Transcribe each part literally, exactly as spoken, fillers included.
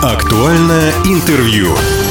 Актуальное интервью.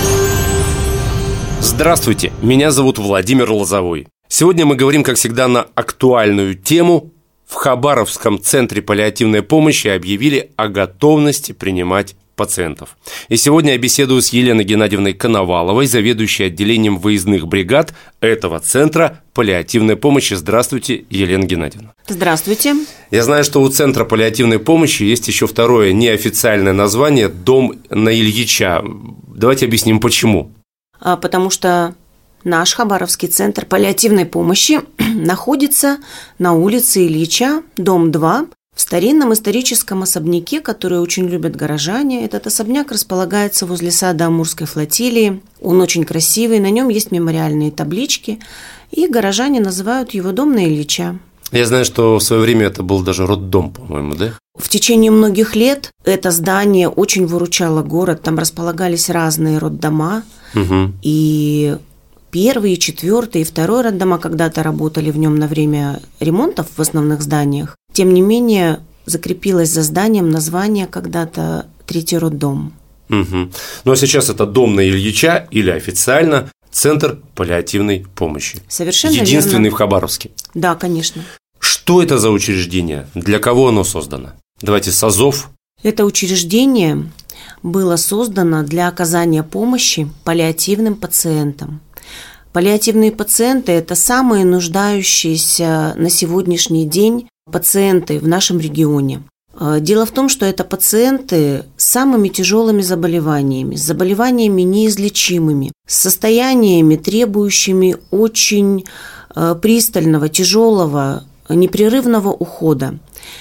Здравствуйте, меня зовут Владимир Лозовой. Сегодня мы говорим, как всегда, на актуальную тему. В Хабаровском центре паллиативной помощи объявили о готовности принимать пациентов. И сегодня я беседую с Еленой Геннадьевной Коноваловой, заведующей отделением выездных бригад этого центра паллиативной помощи. Здравствуйте, Елена Геннадьевна. Здравствуйте. Я знаю, что у центра паллиативной помощи есть еще второе неофициальное название – «Дом на Ильича». Давайте объясним, почему. А, потому что наш Хабаровский центр паллиативной помощи находится на улице Ильича, дом два, в старинном историческом особняке, который очень любят горожане. Этот особняк располагается возле сада Амурской флотилии. Он очень красивый, на нем есть мемориальные таблички, и горожане называют его дом на Ильича. Я знаю, что в свое время это был даже роддом, по-моему, да? В течение многих лет это здание очень выручало город, там располагались разные роддома, угу. и первый, четвертый и второй роддома когда-то работали в нем на время ремонтов в основных зданиях. Тем не менее, закрепилось за зданием название когда-то «Третий роддом». Угу. Ну а сейчас это дом на Ильича или официально Центр паллиативной помощи. Совершенно Единственный верно. в Хабаровске. Да, конечно. Что это за учреждение? Для кого оно создано? Давайте с азов. Это учреждение было создано для оказания помощи паллиативным пациентам. Паллиативные пациенты – это самые нуждающиеся на сегодняшний день пациенты в нашем регионе. Дело в том, что это пациенты с самыми тяжелыми заболеваниями, с заболеваниями неизлечимыми, с состояниями, требующими очень пристального, тяжелого, непрерывного ухода.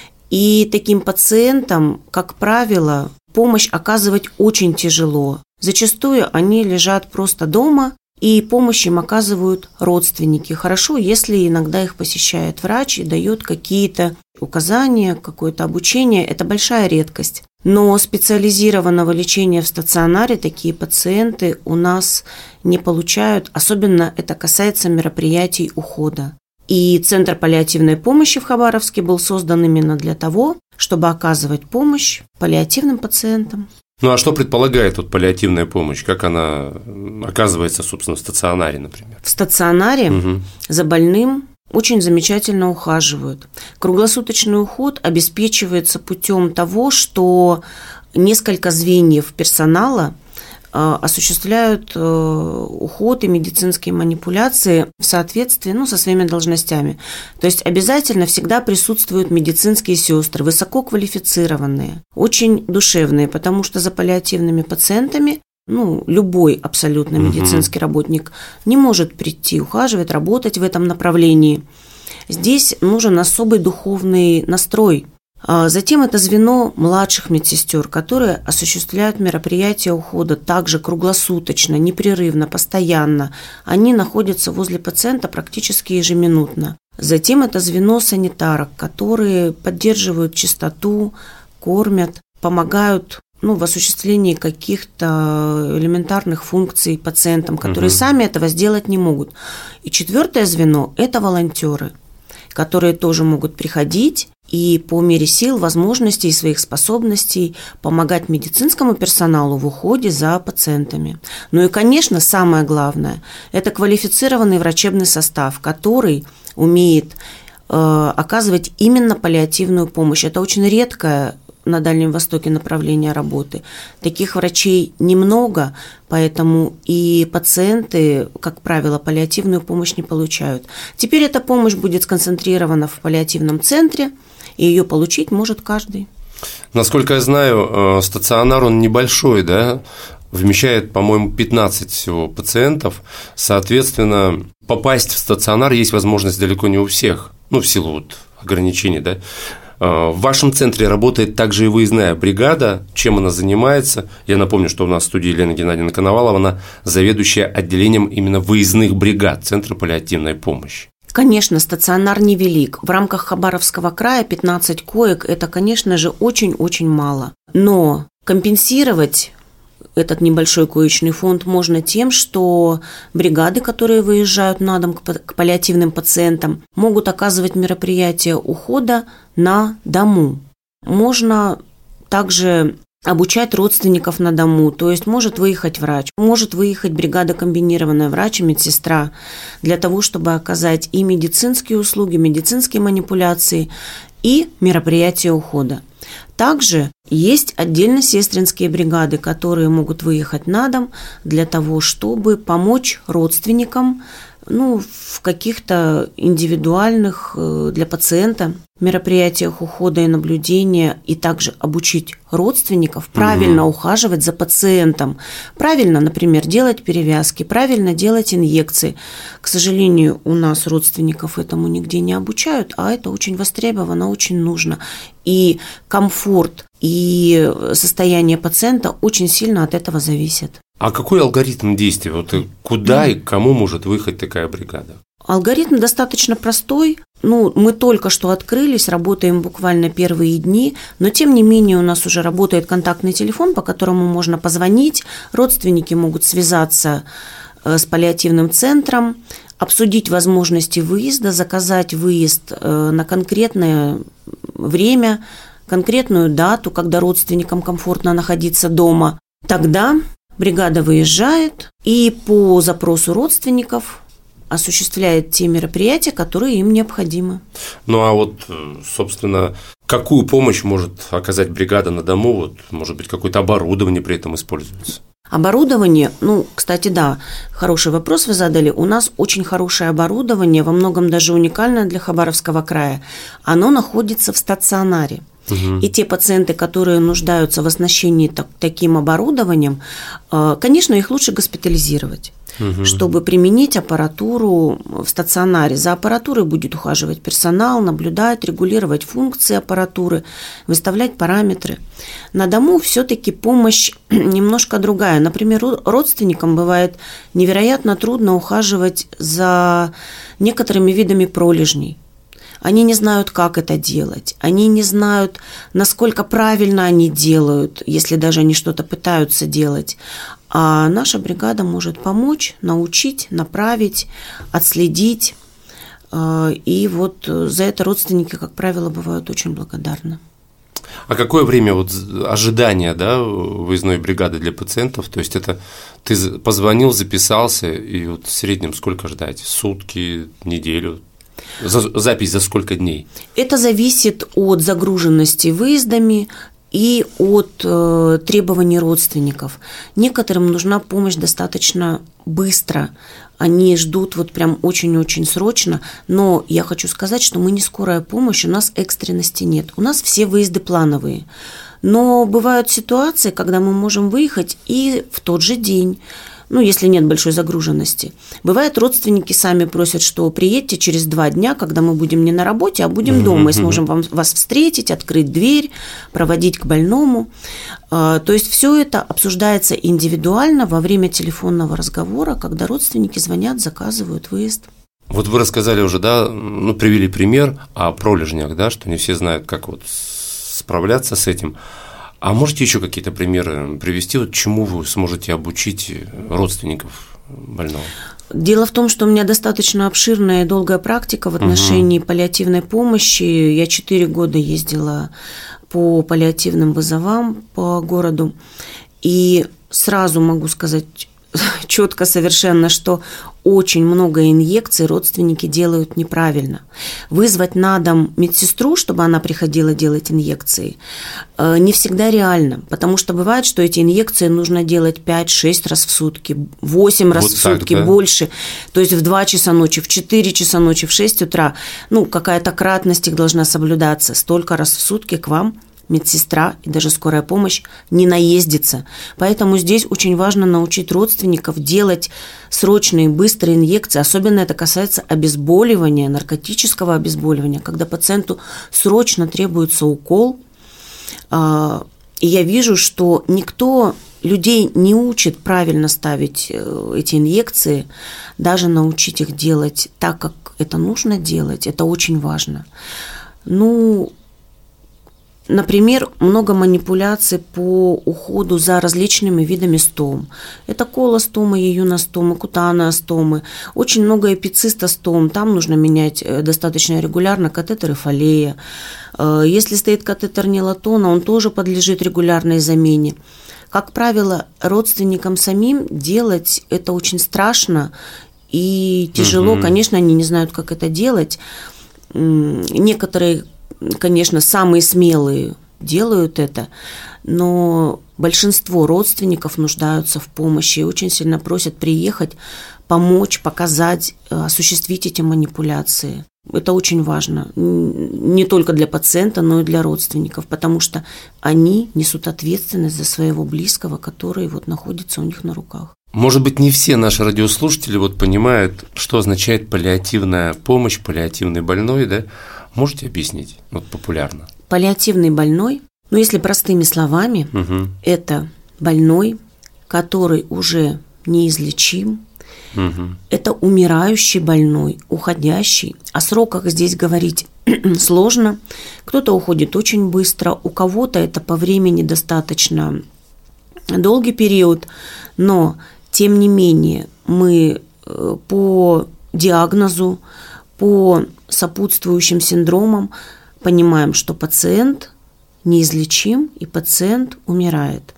И таким пациентам, как правило, помощь оказывать очень тяжело. Зачастую они лежат просто дома, и помощь им оказывают родственники. Хорошо, если иногда их посещает врач и дает какие-то указания, какое-то обучение. Это большая редкость. Но специализированного лечения в стационаре такие пациенты у нас не получают. Особенно это касается мероприятий ухода. И Центр паллиативной помощи в Хабаровске был создан именно для того, чтобы оказывать помощь паллиативным пациентам. Ну а что предполагает тут паллиативная помощь? Как она оказывается, собственно, в стационаре, например? В стационаре угу. за больным очень замечательно ухаживают. Круглосуточный уход обеспечивается путем того, что несколько звеньев персонала осуществляют уход и медицинские манипуляции в соответствии ну, со своими должностями. То есть обязательно всегда присутствуют медицинские сестры, высококвалифицированные, очень душевные, потому что за паллиативными пациентами ну, любой абсолютно медицинский угу. работник не может прийти, ухаживать, работать в этом направлении. Здесь нужен особый духовный настрой. Затем это звено младших медсестер, которые осуществляют мероприятия ухода также круглосуточно, непрерывно, постоянно. Они находятся возле пациента практически ежеминутно. Затем это звено санитарок, которые поддерживают чистоту, кормят, помогают ну, в осуществлении каких-то элементарных функций пациентам, которые угу. сами этого сделать не могут. И четвертое звено – это волонтеры, которые тоже могут приходить и по мере сил, возможностей и своих способностей помогать медицинскому персоналу в уходе за пациентами. Ну и, конечно, самое главное – это квалифицированный врачебный состав, который умеет э, оказывать именно паллиативную помощь. Это очень редкое на Дальнем Востоке направление работы. Таких врачей немного, поэтому и пациенты, как правило, паллиативную помощь не получают. Теперь эта помощь будет сконцентрирована в паллиативном центре, и ее получить может каждый. Насколько я знаю, стационар он небольшой, да? Вмещает, по-моему, пятнадцать всего пациентов. Соответственно, попасть в стационар есть возможность далеко не у всех, ну, в силу вот ограничений, да? В вашем центре работает также и выездная бригада. Чем она занимается? Я напомню, что у нас в студии Елена Геннадьевна Коновалова, она заведующая отделением именно выездных бригад Центра паллиативной помощи. Конечно, стационар невелик. В рамках Хабаровского края пятнадцать коек – это, конечно же, очень-очень мало. Но компенсировать этот небольшой коечный фонд можно тем, что бригады, которые выезжают на дом к паллиативным пациентам, могут оказывать мероприятия ухода на дому. Можно также обучать родственников на дому, то есть может выехать врач, может выехать бригада комбинированная, врач и медсестра, для того, чтобы оказать и медицинские услуги, медицинские манипуляции, и мероприятия ухода. Также есть отдельно сестринские бригады, которые могут выехать на дом для того, чтобы помочь родственникам, ну, в каких-то индивидуальных для пациента мероприятиях ухода и наблюдения, и также обучить родственников правильно угу. ухаживать за пациентом, правильно, например, делать перевязки, правильно делать инъекции. К сожалению, у нас родственников этому нигде не обучают, а это очень востребовано, очень нужно. И комфорт, и состояние пациента очень сильно от этого зависит. А какой алгоритм действий? Вот куда и к кому может выехать такая бригада? Алгоритм достаточно простой. Ну, мы только что открылись, работаем буквально первые дни, но тем не менее у нас уже работает контактный телефон, по которому можно позвонить. Родственники могут связаться с паллиативным центром, обсудить возможности выезда, заказать выезд на конкретное время, конкретную дату, когда родственникам комфортно находиться дома. Тогда бригада выезжает и по запросу родственников осуществляет те мероприятия, которые им необходимы. Ну, а вот, собственно, какую помощь может оказать бригада на дому? Вот, может быть, какое-то оборудование при этом используется? Оборудование, ну, кстати, да, хороший вопрос вы задали. У нас очень хорошее оборудование, во многом даже уникальное для Хабаровского края. Оно находится в стационаре. Угу. И те пациенты, которые нуждаются в оснащении так, таким оборудованием, конечно, их лучше госпитализировать. Угу. Чтобы применить аппаратуру в стационаре. За аппаратурой будет ухаживать персонал, наблюдать, регулировать функции аппаратуры, выставлять параметры. На дому все-таки помощь немножко другая. Например, родственникам бывает невероятно трудно ухаживать за некоторыми видами пролежней. Они не знают, как это делать, они не знают, насколько правильно они делают, если даже они что-то пытаются делать. А наша бригада может помочь, научить, направить, отследить. И вот за это родственники, как правило, бывают очень благодарны. А какое время вот ожидания, да, выездной бригады для пациентов? То есть это ты позвонил, записался, и вот в среднем сколько ждать? Сутки, неделю? Запись за сколько дней? Это зависит от загруженности выездами и от э, требований родственников. Некоторым нужна помощь достаточно быстро. Они ждут вот прям очень-очень срочно. Но я хочу сказать, что мы не скорая помощь, у нас экстренности нет. У нас все выезды плановые. Но бывают ситуации, когда мы можем выехать и в тот же день, ну, если нет большой загруженности. Бывает, родственники сами просят, что приедьте через два дня, когда мы будем не на работе, а будем mm-hmm. дома, и сможем вам, вас встретить, открыть дверь, проводить к больному. То есть все это обсуждается индивидуально во время телефонного разговора, когда родственники звонят, заказывают выезд. Вот вы рассказали уже, да, ну, привели пример о пролежнях, да, что не все знают, как вот справляться с этим. А можете еще какие-то примеры привести, вот чему вы сможете обучить родственников больного? Дело в том, что у меня достаточно обширная и долгая практика в отношении угу. паллиативной помощи. Я четыре года ездила по паллиативным вызовам по городу, и сразу могу сказать четко совершенно, что очень много инъекций родственники делают неправильно. Вызвать на дом медсестру, чтобы она приходила делать инъекции, не всегда реально, потому что бывает, что эти инъекции нужно делать пять-шесть раз в сутки, восемь раз вот в так, сутки, да? Больше, то есть в два часа ночи, в четыре часа ночи, в шесть утра, ну, какая-то кратность их должна соблюдаться, столько раз в сутки к вам медсестра и даже скорая помощь не наездится. Поэтому здесь очень важно научить родственников делать срочные, быстрые инъекции. Особенно это касается обезболивания, наркотического обезболивания, когда пациенту срочно требуется укол. И я вижу, что никто людей не учит правильно ставить эти инъекции, даже научить их делать так, как это нужно делать, это очень важно. Ну, Например, много манипуляций по уходу за различными видами стом. Это колостомы, июностомы, кутаноостомы. Очень много эпицистостом. Там нужно менять достаточно регулярно катетеры Фоллея. Если стоит катетер Нелатона, он тоже подлежит регулярной замене. Как правило, родственникам самим делать это очень страшно и тяжело. Угу. Конечно, они не знают, как это делать. Некоторые, конечно, самые смелые делают это, но большинство родственников нуждаются в помощи и очень сильно просят приехать, помочь, показать, осуществить эти манипуляции. Это очень важно не только для пациента, но и для родственников, потому что они несут ответственность за своего близкого, который вот находится у них на руках. Может быть, не все наши радиослушатели вот понимают, что означает паллиативная помощь, паллиативный больной, да? Можете объяснить вот популярно? Паллиативный больной, ну если простыми словами, угу. это больной, который уже неизлечим, угу. это умирающий больной, уходящий. О сроках здесь говорить сложно. Кто-то уходит очень быстро, у кого-то это по времени достаточно долгий период, но тем не менее мы по диагнозу, по сопутствующим синдромам понимаем, что пациент неизлечим и пациент умирает.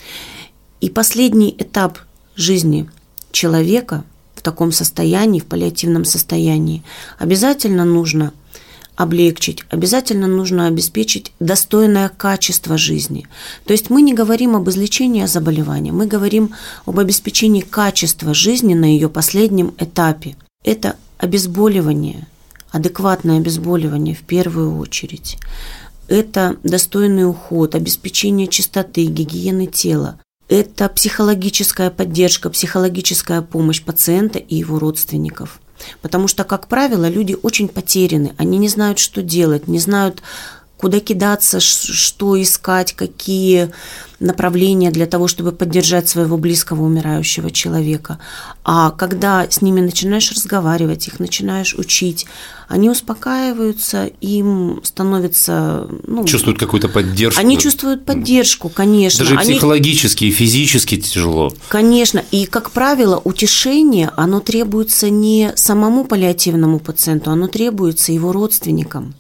И последний этап жизни человека в таком состоянии, в паллиативном состоянии, обязательно нужно облегчить, обязательно нужно обеспечить достойное качество жизни. То есть мы не говорим об излечении заболевания, мы говорим об обеспечении качества жизни на ее последнем этапе. Это обезболивание, адекватное обезболивание в первую очередь. Это достойный уход, обеспечение чистоты, гигиены тела. Это психологическая поддержка, психологическая помощь пациента и его родственников. Потому что, как правило, люди очень потеряны, они не знают, что делать, не знают, куда кидаться, что искать, какие направления для того, чтобы поддержать своего близкого умирающего человека. А когда с ними начинаешь разговаривать, их начинаешь учить, они успокаиваются, им становится... Ну, чувствуют какую-то поддержку. Они чувствуют поддержку, конечно. Даже они... психологически и физически тяжело. Конечно. И, как правило, утешение, оно требуется не самому паллиативному пациенту, оно требуется его родственникам.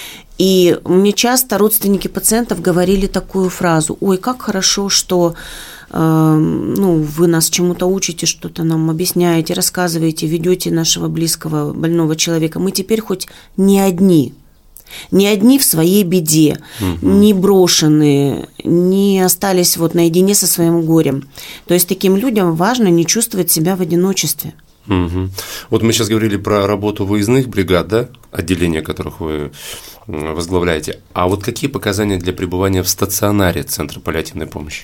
И мне часто родственники пациентов говорили такую фразу: «Ой, как хорошо, что э, ну, вы нас чему-то учите, что-то нам объясняете, рассказываете, ведете нашего близкого больного человека. Мы теперь хоть не одни, не одни в своей беде, угу. не брошенные, не остались вот наедине со своим горем». То есть таким людям важно не чувствовать себя в одиночестве. Угу. Вот мы сейчас говорили про работу выездных бригад, да, отделения которых вы возглавляете. А вот какие показания для пребывания в стационаре Центра паллиативной помощи?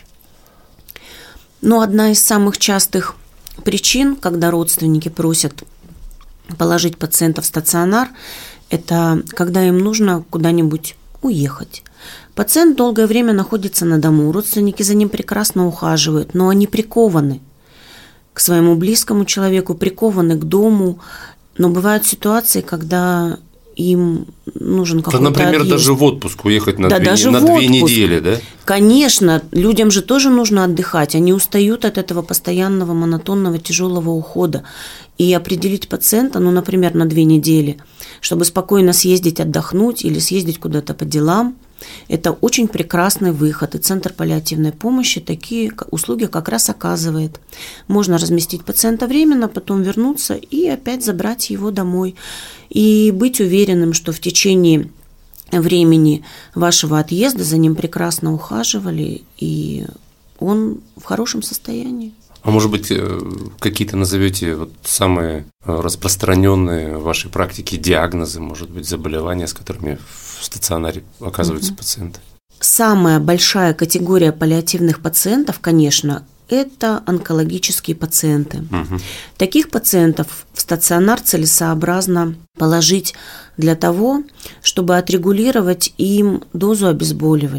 Ну, одна из самых частых причин, когда родственники просят положить пациента в стационар, это когда им нужно куда-нибудь уехать. Пациент долгое время находится на дому, родственники за ним прекрасно ухаживают, но они прикованы к своему близкому человеку, прикованы к дому. Но бывают ситуации, когда им нужен какой-то да, например, отъезд. Даже в отпуск уехать на, да, две, даже на две недели, да? Конечно, людям же тоже нужно отдыхать. Они устают от этого постоянного, монотонного, тяжелого ухода. И определить пациента, ну, например, на две недели, чтобы спокойно съездить отдохнуть или съездить куда-то по делам, это очень прекрасный выход. И Центр паллиативной помощи такие услуги как раз оказывает. Можно разместить пациента временно, потом вернуться и опять забрать его домой. И быть уверенным, что в течение времени вашего отъезда за ним прекрасно ухаживали, и он в хорошем состоянии. А может быть, какие-то назовете вот самые распространенные в вашей практике диагнозы, может быть, заболевания, с которыми в стационаре оказываются угу. пациенты? Самая большая категория паллиативных пациентов, конечно, это онкологические пациенты. Угу. Таких пациентов в стационар целесообразно положить для того, чтобы отрегулировать им дозу обезболивания.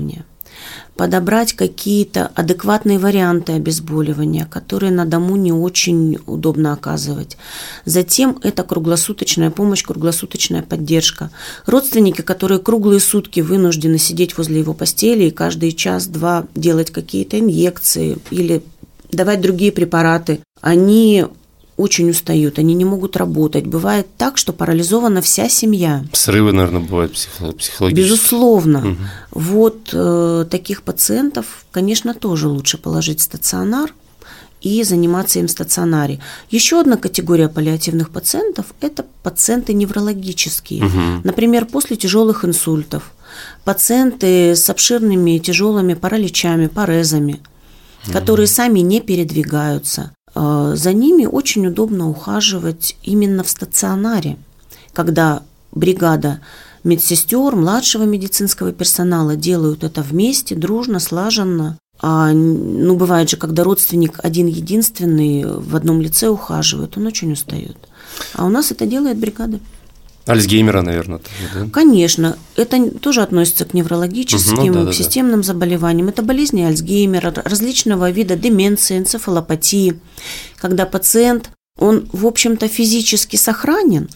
подобрать какие-то адекватные варианты обезболивания, которые на дому не очень удобно оказывать. Затем это круглосуточная помощь, круглосуточная поддержка. Родственники, которые круглые сутки вынуждены сидеть возле его постели и каждый час-два делать какие-то инъекции или давать другие препараты, они очень устают, они не могут работать. Бывает так, что парализована вся семья. Срывы, наверное, бывают психологические. Безусловно. Угу. Вот э, таких пациентов, конечно, тоже лучше положить в стационар и заниматься им в стационаре. Еще одна категория паллиативных пациентов – это пациенты неврологические. Угу. Например, после тяжелых инсультов, пациенты с обширными тяжелыми параличами, парезами, угу. которые сами не передвигаются. За ними очень удобно ухаживать именно в стационаре, когда бригада медсестер, младшего медицинского персонала делают это вместе, дружно, слаженно. А, ну, бывает же, когда родственник один-единственный в одном лице ухаживает, он очень устает. А у нас это делает бригада. Альцгеймера, наверное, тоже, да? Конечно, это тоже относится к неврологическим, угу, ну, да, к системным да. заболеваниям. Это болезни Альцгеймера, различного вида деменции, энцефалопатии, когда пациент, он, в общем-то, физически сохранен,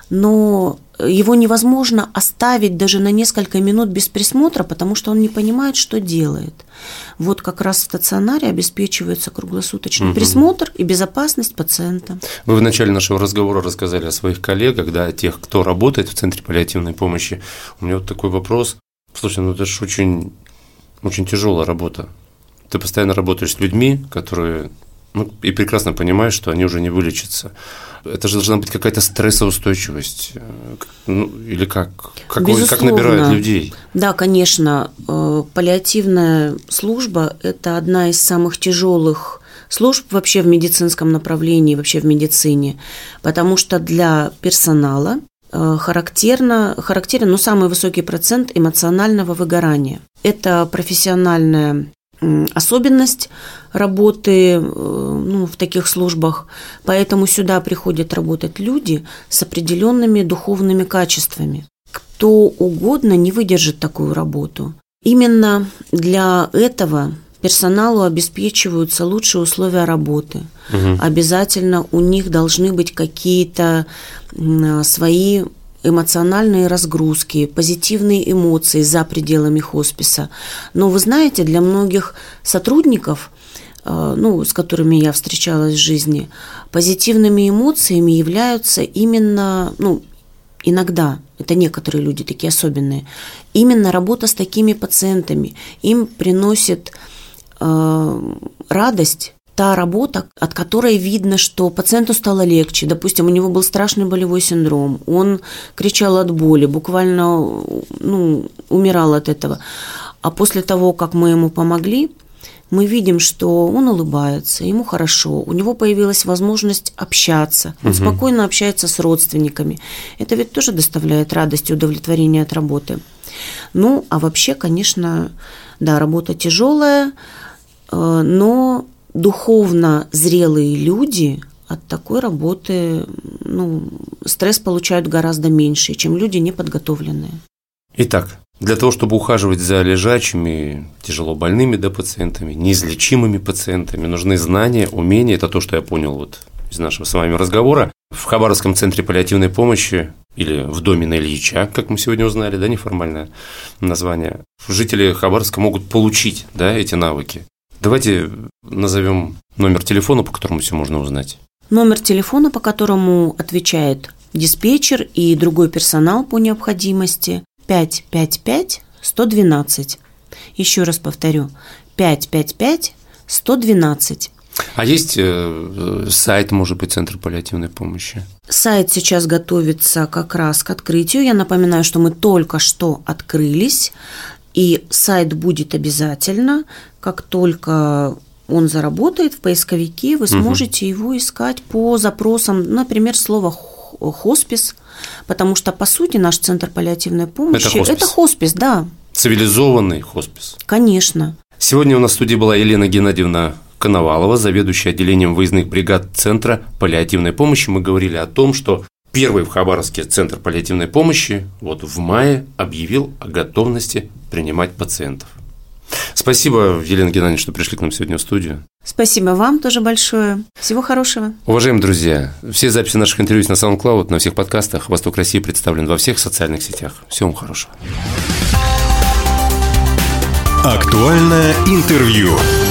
но его невозможно оставить даже на несколько минут без присмотра, потому что он не понимает, что делает. Вот как раз в стационаре обеспечивается круглосуточный угу. присмотр и безопасность пациента. Вы в начале нашего разговора рассказали о своих коллегах, да, о тех, кто работает в Центре паллиативной помощи. У меня вот такой вопрос. Слушай, ну это же очень, очень тяжелая работа. Ты постоянно работаешь с людьми, которые, ну, и прекрасно понимаешь, что они уже не вылечатся. Это же должна быть какая-то стрессоустойчивость, ну, или как? Как, как набирают людей? Да, конечно. Паллиативная служба – это одна из самых тяжелых служб вообще в медицинском направлении, вообще в медицине, потому что для персонала характерно, характерен ну, самый высокий процент эмоционального выгорания. Это профессиональная особенность работы ну, в таких службах, поэтому сюда приходят работать люди с определенными духовными качествами. Кто угодно не выдержит такую работу. Именно для этого персоналу обеспечиваются лучшие условия работы. Угу. Обязательно у них должны быть какие-то свои эмоциональные разгрузки, позитивные эмоции за пределами хосписа. Но вы знаете, для многих сотрудников, ну, с которыми я встречалась в жизни, позитивными эмоциями являются именно, ну, иногда, это некоторые люди такие особенные, именно работа с такими пациентами. Им приносит э, радость та работа, от которой видно, что пациенту стало легче. Допустим, у него был страшный болевой синдром, он кричал от боли, буквально ну, умирал от этого. А после того, как мы ему помогли, мы видим, что он улыбается, ему хорошо, у него появилась возможность общаться, он угу. спокойно общается с родственниками. Это ведь тоже доставляет радость и удовлетворение от работы. Ну, а вообще, конечно, да, работа тяжелая, но духовно зрелые люди от такой работы ну, стресс получают гораздо меньше, чем люди неподготовленные. Итак, для того, чтобы ухаживать за лежачими, тяжело больными да, пациентами, неизлечимыми пациентами, нужны знания, умения. Это то, что я понял вот из нашего с вами разговора. В Хабаровском центре паллиативной помощи или в доме на Ильича, как мы сегодня узнали, да, неформальное название, жители Хабаровска могут получить да, эти навыки. Давайте назовем номер телефона, по которому все можно узнать. Номер телефона, по которому отвечает диспетчер и другой персонал по необходимости, пять пять пять сто двенадцать. Еще раз повторю, пять пять пять сто двенадцать. А есть э, сайт, может быть, Центра паллиативной помощи? Сайт сейчас готовится как раз к открытию. Я напоминаю, что мы только что открылись. И сайт будет обязательно, как только он заработает в поисковике, вы сможете угу. его искать по запросам, например, слово «хоспис», потому что, по сути, наш Центр паллиативной помощи – это хоспис. это хоспис, да. Цивилизованный хоспис. Конечно. Сегодня у нас в студии была Елена Геннадьевна Коновалова, заведующая отделением выездных бригад Центра паллиативной помощи. Мы говорили о том, что первый в Хабаровске Центр паллиативной помощи вот в мае объявил о готовности принимать пациентов. Спасибо, Елена Геннадьевна, что пришли к нам сегодня в студию. Спасибо вам тоже большое. Всего хорошего. Уважаемые друзья, все записи наших интервью есть на SoundCloud, на всех подкастах. «Восток России» представлен во всех социальных сетях. Всего вам хорошего. Актуальное интервью.